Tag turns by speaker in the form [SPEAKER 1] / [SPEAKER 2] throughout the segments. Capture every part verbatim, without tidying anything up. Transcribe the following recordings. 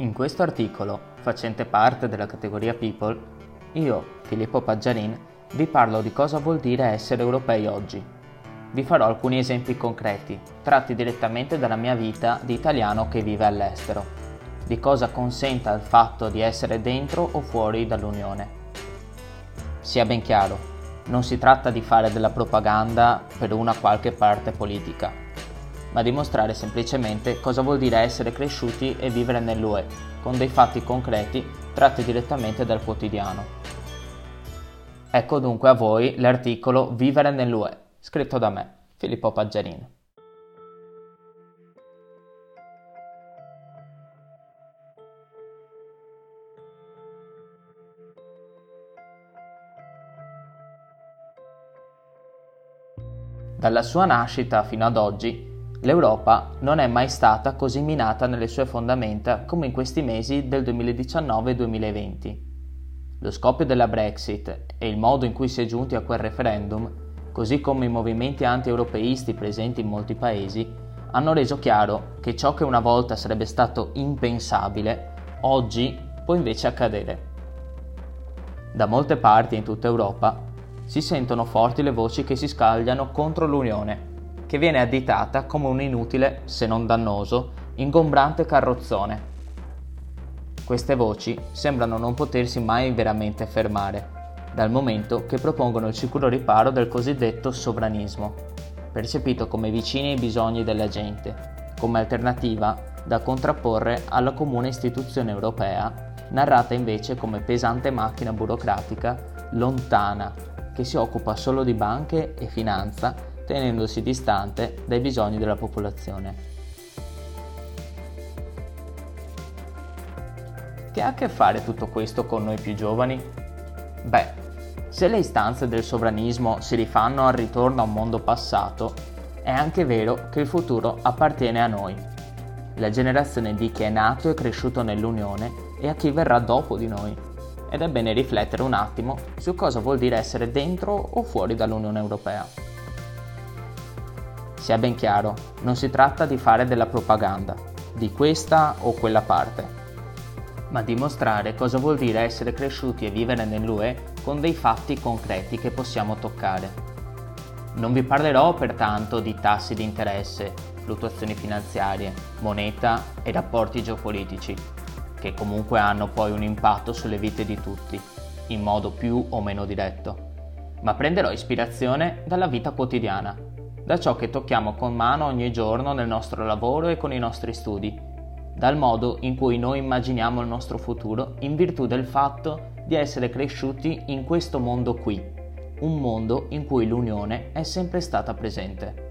[SPEAKER 1] In questo articolo, facente parte della categoria People, io, Filippo Paggiarin, vi parlo di cosa vuol dire essere europei oggi. Vi farò alcuni esempi concreti, tratti direttamente dalla mia vita di italiano che vive all'estero, di cosa consenta il fatto di essere dentro o fuori dall'Unione. Sia ben chiaro, non si tratta di fare della propaganda per una qualche parte politica, ma dimostrare semplicemente cosa vuol dire essere cresciuti e vivere nell'U E, con dei fatti concreti tratti direttamente dal quotidiano. Ecco dunque a voi l'articolo Vivere nell'U E, scritto da me, Filippo Paggiarin. Dalla sua nascita fino ad oggi, l'Europa non è mai stata così minata nelle sue fondamenta come in questi mesi del duemiladiciannove duemilaventi. Lo scoppio della Brexit e il modo in cui si è giunti a quel referendum, così come i movimenti anti-europeisti presenti in molti paesi, hanno reso chiaro che ciò che una volta sarebbe stato impensabile, oggi può invece accadere. Da molte parti in tutta Europa si sentono forti le voci che si scagliano contro l'Unione, che viene additata come un inutile, se non dannoso, ingombrante carrozzone. Queste voci sembrano non potersi mai veramente fermare, dal momento che propongono il sicuro riparo del cosiddetto sovranismo, percepito come vicino ai bisogni della gente, come alternativa da contrapporre alla comune istituzione europea, narrata invece come pesante macchina burocratica lontana, che si occupa solo di banche e finanza, tenendosi distante dai bisogni della popolazione. Che ha a che fare tutto questo con noi più giovani? Beh, se le istanze del sovranismo si rifanno al ritorno a un mondo passato, è anche vero che il futuro appartiene a noi, la generazione di chi è nato e cresciuto nell'Unione e a chi verrà dopo di noi, ed è bene riflettere un attimo su cosa vuol dire essere dentro o fuori dall'Unione Europea. Sia ben chiaro, non si tratta di fare della propaganda, di questa o quella parte, ma dimostrare cosa vuol dire essere cresciuti e vivere nell'U E con dei fatti concreti che possiamo toccare. Non vi parlerò pertanto di tassi di interesse, fluttuazioni finanziarie, moneta e rapporti geopolitici, che comunque hanno poi un impatto sulle vite di tutti, in modo più o meno diretto, ma prenderò ispirazione dalla vita quotidiana, da ciò che tocchiamo con mano ogni giorno nel nostro lavoro e con i nostri studi, dal modo in cui noi immaginiamo il nostro futuro in virtù del fatto di essere cresciuti in questo mondo qui, un mondo in cui l'Unione è sempre stata presente.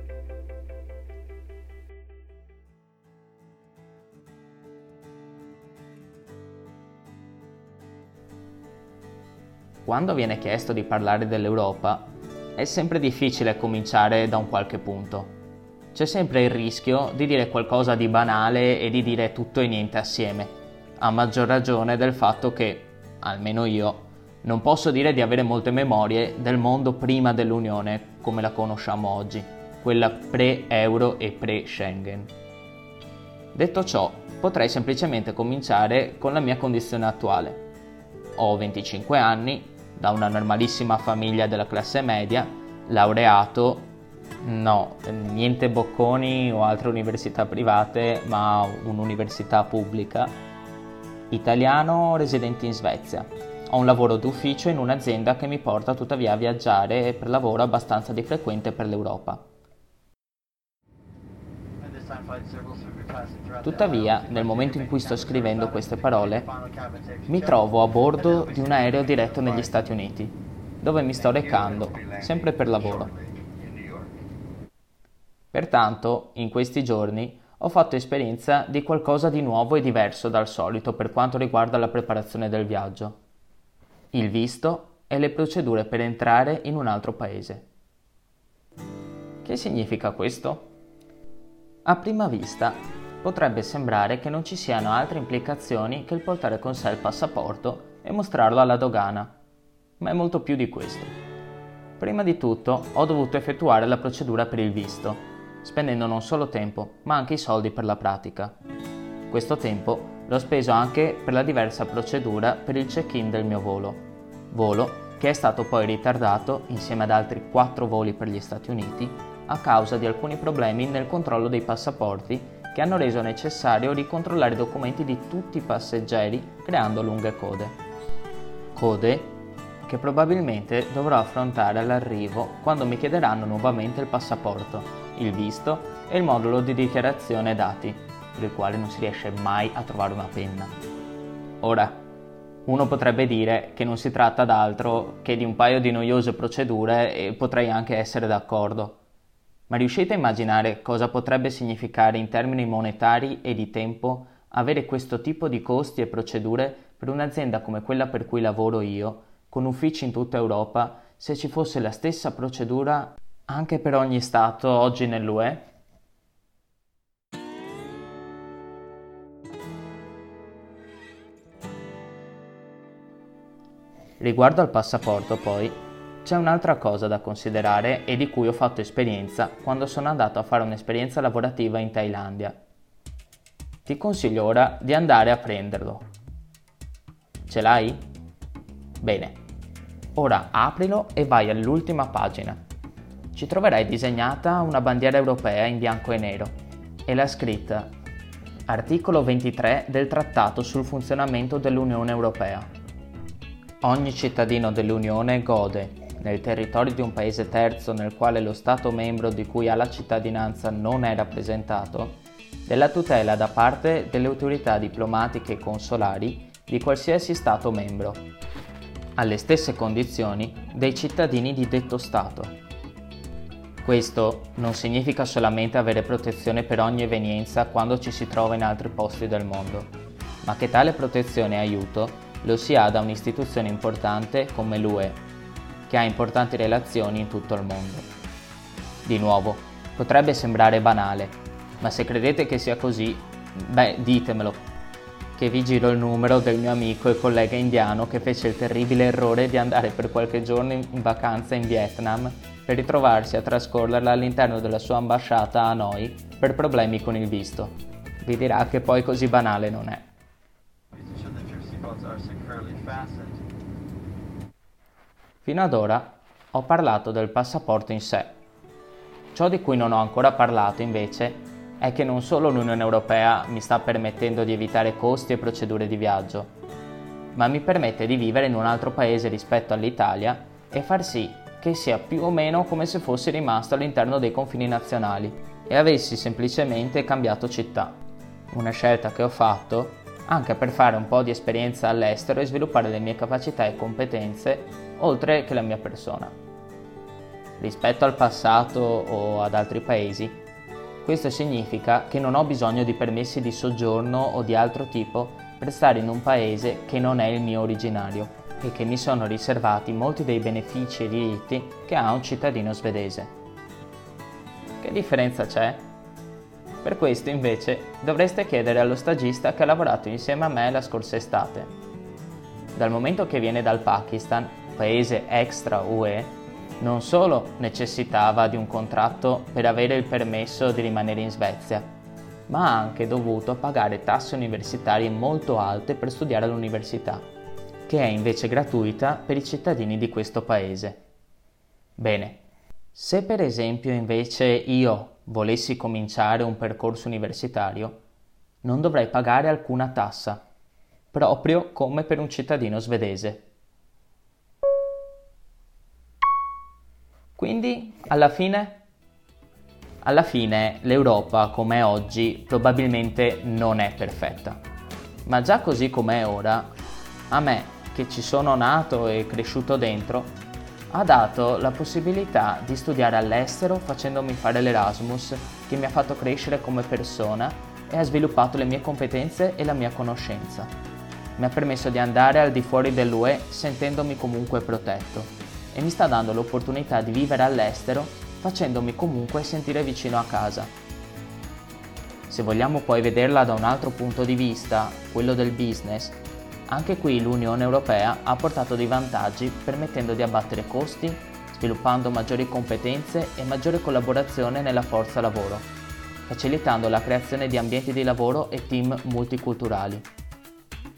[SPEAKER 1] Quando viene chiesto di parlare dell'Europa, è sempre difficile cominciare da un qualche punto. C'è sempre il rischio di dire qualcosa di banale e di dire tutto e niente assieme, a maggior ragione del fatto che, almeno io, non posso dire di avere molte memorie del mondo prima dell'Unione come la conosciamo oggi, quella pre-Euro e pre-Schengen. Detto ciò, potrei semplicemente cominciare con la mia condizione attuale. Ho venticinque anni, da una normalissima famiglia della classe media, laureato, no, niente bocconi o altre università private, ma un'università pubblica, italiano residente in Svezia. Ho un lavoro d'ufficio in un'azienda che mi porta tuttavia a viaggiare per lavoro abbastanza di frequente per l'Europa. Tuttavia, nel momento in cui sto scrivendo queste parole, mi trovo a bordo di un aereo diretto negli Stati Uniti, dove mi sto recando, sempre per lavoro. Pertanto, in questi giorni, ho fatto esperienza di qualcosa di nuovo e diverso dal solito per quanto riguarda la preparazione del viaggio. Il visto e le procedure per entrare in un altro paese. Che significa questo? A prima vista, potrebbe sembrare che non ci siano altre implicazioni che il portare con sé il passaporto e mostrarlo alla dogana, ma è molto più di questo. Prima di tutto, ho dovuto effettuare la procedura per il visto, spendendo non solo tempo, ma anche i soldi per la pratica. Questo tempo L'ho speso anche per la diversa procedura per il check-in del mio volo, volo che è stato poi ritardato insieme ad altri quattro voli per gli Stati Uniti a causa di alcuni problemi nel controllo dei passaporti che hanno reso necessario ricontrollare i documenti di tutti i passeggeri creando lunghe code. Code che probabilmente dovrò affrontare all'arrivo quando mi chiederanno nuovamente il passaporto, il visto e il modulo di dichiarazione dati, per il quale non si riesce mai a trovare una penna. Ora, uno potrebbe dire che non si tratta d'altro che di un paio di noiose procedure e potrei anche essere d'accordo. Ma riuscite a immaginare cosa potrebbe significare in termini monetari e di tempo avere questo tipo di costi e procedure per un'azienda come quella per cui lavoro io, con uffici in tutta Europa, se ci fosse la stessa procedura anche per ogni Stato oggi nell'U E? Riguardo al passaporto, poi, c'è un'altra cosa da considerare e di cui ho fatto esperienza quando sono andato a fare un'esperienza lavorativa in Thailandia. Ti consiglio ora di andare a prenderlo. Ce l'hai? Bene. Ora aprilo e vai all'ultima pagina. Ci troverai disegnata una bandiera europea in bianco e nero e la scritta Articolo ventitré del Trattato sul funzionamento dell'Unione Europea. Ogni cittadino dell'Unione gode, nel territorio di un paese terzo nel quale lo Stato membro di cui ha la cittadinanza non è rappresentato, della tutela da parte delle autorità diplomatiche e consolari di qualsiasi Stato membro, alle stesse condizioni dei cittadini di detto Stato. Questo non significa solamente avere protezione per ogni evenienza quando ci si trova in altri posti del mondo, ma che tale protezione e aiuto lo si ha da un'istituzione importante come l'U E, che ha importanti relazioni in tutto il mondo. Di nuovo, potrebbe sembrare banale, ma se credete che sia così, beh, ditemelo, che vi giro il numero del mio amico e collega indiano che fece il terribile errore di andare per qualche giorno in vacanza in Vietnam per ritrovarsi a trascorrerla all'interno della sua ambasciata a Hanoi per problemi con il visto. Vi dirà che poi così banale non è. Fino ad ora ho parlato del passaporto in sé. Ciò di cui non ho ancora parlato, invece, è che non solo l'Unione Europea mi sta permettendo di evitare costi e procedure di viaggio, ma mi permette di vivere in un altro paese rispetto all'Italia e far sì che sia più o meno come se fossi rimasto all'interno dei confini nazionali e avessi semplicemente cambiato città. Una scelta che ho fatto anche per fare un po' di esperienza all'estero e sviluppare le mie capacità e competenze, oltre che la mia persona. Rispetto al passato o ad altri paesi, questo significa che non ho bisogno di permessi di soggiorno o di altro tipo per stare in un paese che non è il mio originario e che mi sono riservati molti dei benefici e diritti che ha un cittadino svedese. Che differenza c'è? Per questo, invece, dovreste chiedere allo stagista che ha lavorato insieme a me la scorsa estate. Dal momento che viene dal Pakistan, paese extra U E, non solo necessitava di un contratto per avere il permesso di rimanere in Svezia, ma ha anche dovuto pagare tasse universitarie molto alte per studiare all'università, che è invece gratuita per i cittadini di questo paese. Bene, se per esempio invece io volessi cominciare un percorso universitario, non dovrei pagare alcuna tassa, proprio come per un cittadino svedese. Quindi, alla fine? Alla fine, l'Europa, come è oggi, probabilmente non è perfetta. Ma già così com'è ora, a me, che ci sono nato e cresciuto dentro, ha dato la possibilità di studiare all'estero facendomi fare l'Erasmus, che mi ha fatto crescere come persona e ha sviluppato le mie competenze e la mia conoscenza. Mi ha permesso di andare al di fuori dell'U E sentendomi comunque protetto e mi sta dando l'opportunità di vivere all'estero facendomi comunque sentire vicino a casa. Se vogliamo poi vederla da un altro punto di vista, quello del business, anche qui l'Unione Europea ha portato dei vantaggi permettendo di abbattere costi, sviluppando maggiori competenze e maggiore collaborazione nella forza lavoro, facilitando la creazione di ambienti di lavoro e team multiculturali.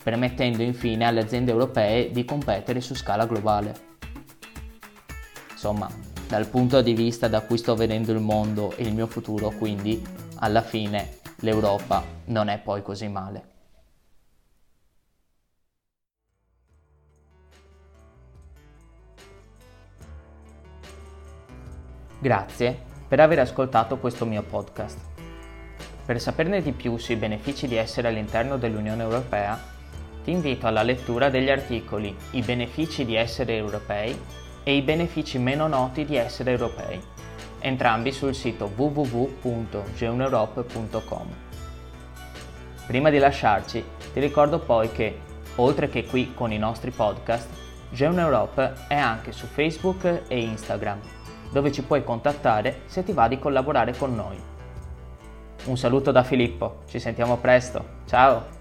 [SPEAKER 1] permettendo infine alle aziende europee di competere su scala globale. Insomma, dal punto di vista da cui sto vedendo il mondo e il mio futuro, quindi, alla fine l'Europa non è poi così male. Grazie per aver ascoltato questo mio podcast. Per saperne di più sui benefici di essere all'interno dell'Unione Europea, ti invito alla lettura degli articoli I benefici di essere europei e I benefici meno noti di essere europei, entrambi sul sito w w w punto jeuneeurope punto com. Prima di lasciarci, ti ricordo poi che, oltre che qui con i nostri podcast, Jeune Europe è anche su Facebook e Instagram, dove ci puoi contattare se ti va di collaborare con noi. Un saluto da Filippo, ci sentiamo presto, ciao!